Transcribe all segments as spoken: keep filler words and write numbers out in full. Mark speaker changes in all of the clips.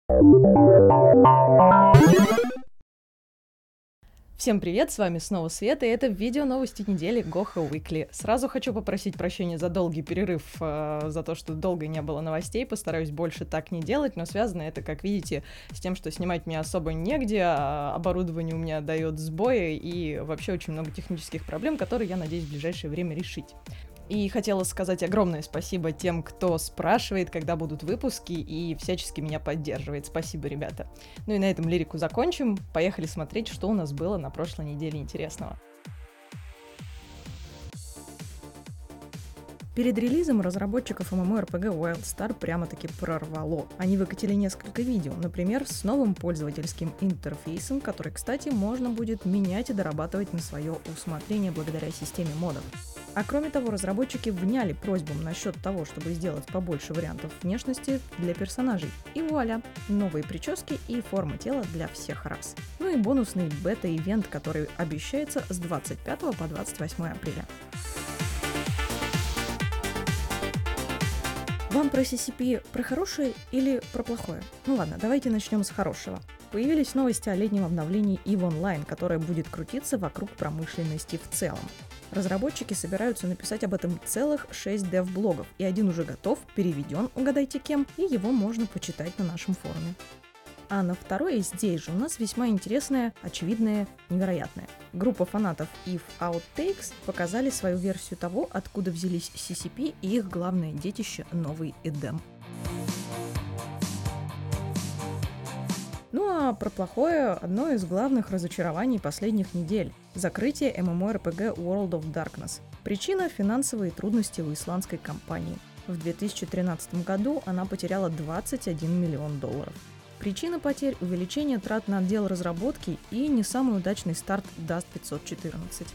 Speaker 1: Всем привет, с вами снова Света, и это видео новости недели Goho Weekly. Сразу хочу попросить прощения за долгий перерыв, э, за то, что долго не было новостей, постараюсь больше так не делать, но связано это, как видите, с тем, что снимать мне особо негде, а оборудование у меня дает сбои и вообще очень много технических проблем, которые я надеюсь в ближайшее время решить. И хотела сказать огромное спасибо тем, кто спрашивает, когда будут выпуски, и всячески меня поддерживает. Спасибо, ребята. Ну и на этом лирику закончим. Поехали смотреть, что у нас было на прошлой неделе интересного. Перед релизом разработчиков MMORPG WildStar прямо-таки прорвало. Они выкатили несколько видео, например, с новым пользовательским интерфейсом, который, кстати, можно будет менять и дорабатывать на свое усмотрение благодаря системе модов. А кроме того, разработчики вняли просьбам насчет того, чтобы сделать побольше вариантов внешности для персонажей. И вуаля! Новые прически и форма тела для всех рас. Ну и бонусный бета-ивент, который обещается с двадцать пятого по двадцать восьмое апреля. Вам про си си пи про хорошее или про плохое? Ну ладно, давайте начнем с хорошего. Появились новости о летнем обновлении ив онлайн, которое будет крутиться вокруг промышленности в целом. Разработчики собираются написать об этом целых шесть дев-блогов, и один уже готов, переведен, угадайте кем, и его можно почитать на нашем форуме. А на второе здесь же у нас весьма интересное, очевидное, невероятное. Группа фанатов If Outtakes показали свою версию того, откуда взялись си си пи и их главное детище — новый Эдем. Ну а про плохое — одно из главных разочарований последних недель — закрытие MMORPG World of Darkness. Причина — финансовые трудности у исландской компании. В две тысячи тринадцатом году она потеряла двадцать один миллион долларов. Причина потерь — увеличение трат на отдел разработки и не самый удачный старт даст пятьсот четырнадцать.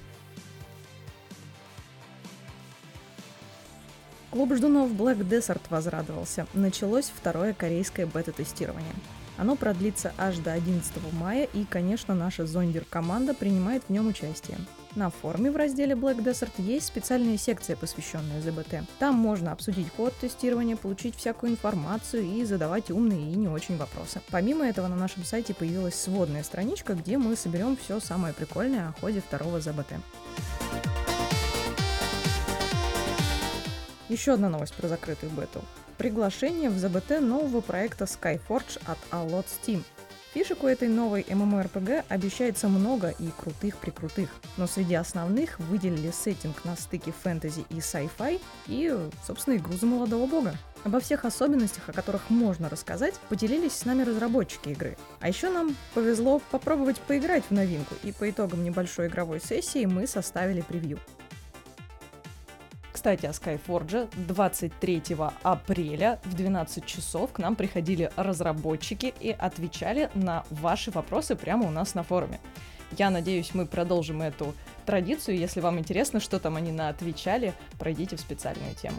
Speaker 1: Клуб ждунов Black Desert возрадовался. Началось второе корейское бета-тестирование. Оно продлится аж до одиннадцатого мая, и, конечно, наша Зондер-команда принимает в нем участие. На форуме в разделе Black Desert есть специальная секция, посвященная зэ бэ тэ. Там можно обсудить код тестирования, получить всякую информацию и задавать умные и не очень вопросы. Помимо этого, на нашем сайте появилась сводная страничка, где мы соберем все самое прикольное о ходе второго зэ бэ тэ. Еще одна новость про закрытую бету. Приглашение в зэ бэ тэ нового проекта Skyforge от A Lot Steam. Фишек у этой новой MMORPG обещается много и крутых-прикрутых, но среди основных выделили сеттинг на стыке фэнтези и sci-fi и, собственно, игру за молодого бога. Обо всех особенностях, о которых можно рассказать, поделились с нами разработчики игры. А еще нам повезло попробовать поиграть в новинку, и по итогам небольшой игровой сессии мы составили превью. Кстати, о Skyforge. двадцать третьего апреля в двенадцать часов к нам приходили разработчики и отвечали на ваши вопросы прямо у нас на форуме. Я надеюсь, мы продолжим эту традицию. Если вам интересно, что там они наотвечали, пройдите в специальную тему.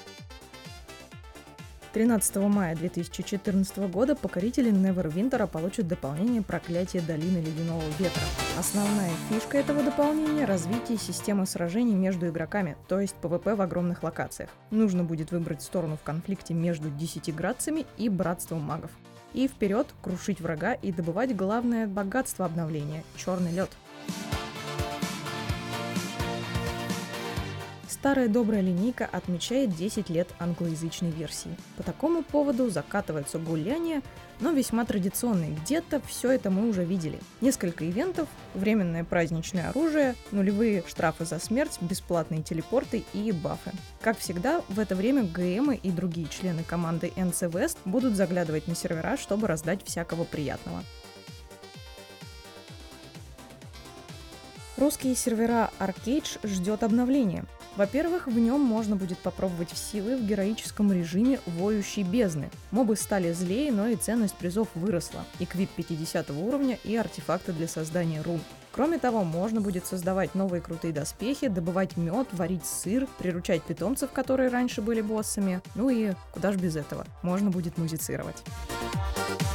Speaker 1: тринадцатого мая две тысячи четырнадцатого года покорители Neverwinter получат дополнение «Проклятие долины ледяного ветра». Основная фишка этого дополнения — развитие системы сражений между игроками, то есть пэ вэ пэ в огромных локациях. Нужно будет выбрать сторону в конфликте между десятиградцами и братством магов. И вперед крушить врага и добывать главное богатство обновления — черный лед. Старая добрая линейка отмечает десять лет англоязычной версии. По такому поводу закатываются гуляния, но весьма традиционные. Где-то все это мы уже видели. Несколько ивентов, временное праздничное оружие, нулевые штрафы за смерть, бесплатные телепорты и бафы. Как всегда, в это время джи эмы и другие члены команды эн си West будут заглядывать на сервера, чтобы раздать всякого приятного. Русские сервера Arcade ждет обновления. Во-первых, в нем можно будет попробовать силы в героическом режиме воющей бездны. Мобы стали злее, но и ценность призов выросла. Эквип пятидесятого уровня и артефакты для создания рун. Кроме того, можно будет создавать новые крутые доспехи, добывать мед, варить сыр, приручать питомцев, которые раньше были боссами. Ну и куда ж без этого, можно будет музицировать.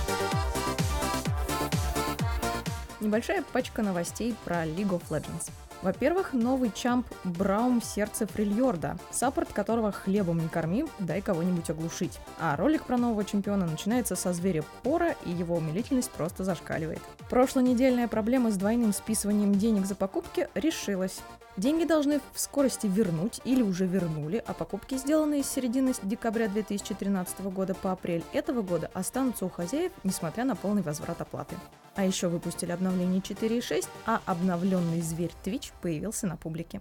Speaker 1: Небольшая пачка новостей про League of Legends. Во-первых, новый чамп Браум Сердце Фрильорда, саппорт которого хлебом не корми, дай кого-нибудь оглушить. А ролик про нового чемпиона начинается со зверя Пора, и его умилительность просто зашкаливает. Прошлонедельная проблема с двойным списыванием денег за покупки решилась. Деньги должны в скорости вернуть или уже вернули, а покупки, сделанные с середины декабря две тысячи тринадцатого года по апрель этого года, останутся у хозяев, несмотря на полный возврат оплаты. А еще выпустили обновление четыре и шесть, а обновленный зверь Twitch появился на публике.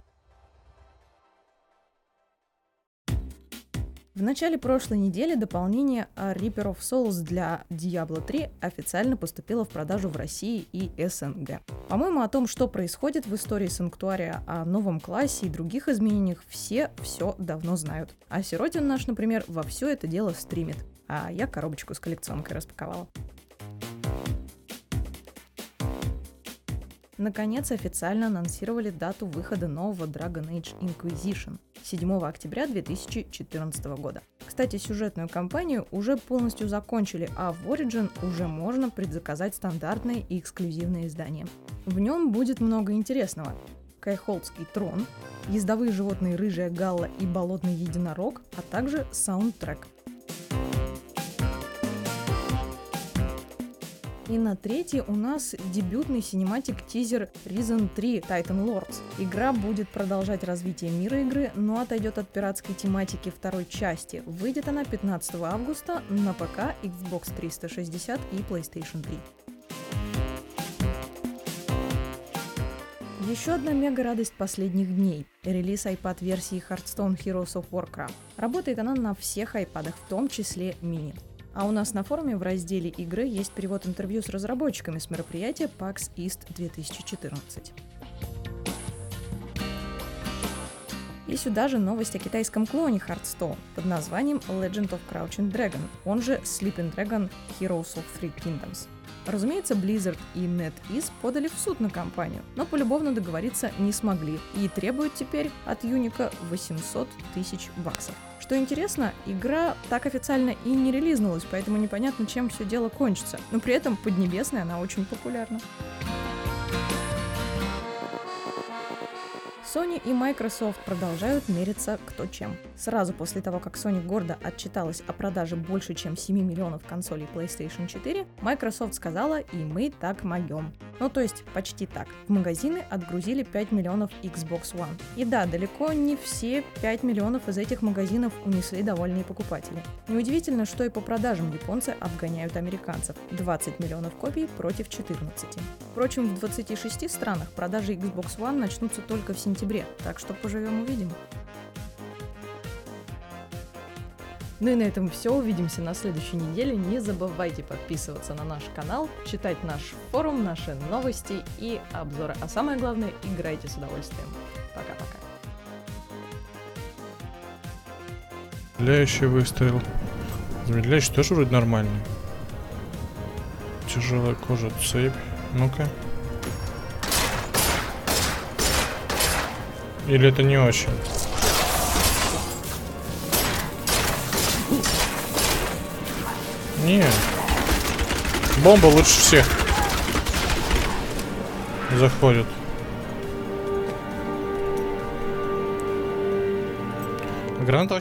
Speaker 1: В начале прошлой недели дополнение Reaper of Souls для Diablo три официально поступило в продажу в России и СНГ. По-моему, о том, что происходит в истории Санктуария, о новом классе и других изменениях, все все давно знают. А Сиротин наш, например, во все это дело стримит. А я коробочку с коллекционкой распаковала. Наконец, официально анонсировали дату выхода нового Dragon Age Inquisition седьмого октября две тысячи четырнадцатого года. Кстати, сюжетную кампанию уже полностью закончили, а в Origin уже можно предзаказать стандартные и эксклюзивные издания. В нем будет много интересного. Кайхолдский трон, ездовые животные Рыжая Галла и Болотный единорог, а также саундтрек. И на третий у нас дебютный синематик-тизер Risen три Titan Lords. Игра будет продолжать развитие мира игры, но отойдет от пиратской тематики второй части. Выйдет она пятнадцатого августа на ПК, Xbox триста шестьдесят и PlayStation три. Еще одна мега-радость последних дней – релиз iPad-версии Hearthstone Heroes of Warcraft. Работает она на всех iPad'ах, в том числе мини. А у нас на форуме в разделе «Игры» есть перевод интервью с разработчиками с мероприятия PAX East две тысячи четырнадцать. И сюда же новость о китайском клоне Hearthstone под названием Legend of Crouching Dragon, он же Sleeping Dragon Heroes of Three Kingdoms. Разумеется, Blizzard и NetEase подали в суд на компанию, но полюбовно договориться не смогли и требуют теперь от Юника восемьсот тысяч баксов. Что интересно, игра так официально и не релизнулась, поэтому непонятно, чем все дело кончится, но при этом поднебесная она очень популярна. Sony и Microsoft продолжают мериться кто чем. Сразу после того, как Sony гордо отчиталась о продаже больше чем семи миллионов консолей PlayStation четыре, Microsoft сказала: и мы так могем. Ну то есть почти так. В магазины отгрузили пять миллионов Xbox One. И да, далеко не все пять миллионов из этих магазинов унесли довольные покупатели. Неудивительно, что и по продажам японцы обгоняют американцев. двадцать миллионов копий против четырнадцати. Впрочем, в двадцати шести странах продажи Xbox One начнутся только в сентябре, так что поживем-увидим. Ну и на этом все. Увидимся на следующей неделе. Не забывайте подписываться на наш канал, читать наш форум, наши новости и обзоры. А самое главное, играйте с удовольствием. Пока-пока.
Speaker 2: Замедляющий выстрел. Замедляющий тоже вроде нормальный. Тяжелая кожа, цепь. Ну-ка. Или это не очень? Не. Бомба лучше всех заходит. Граната вообще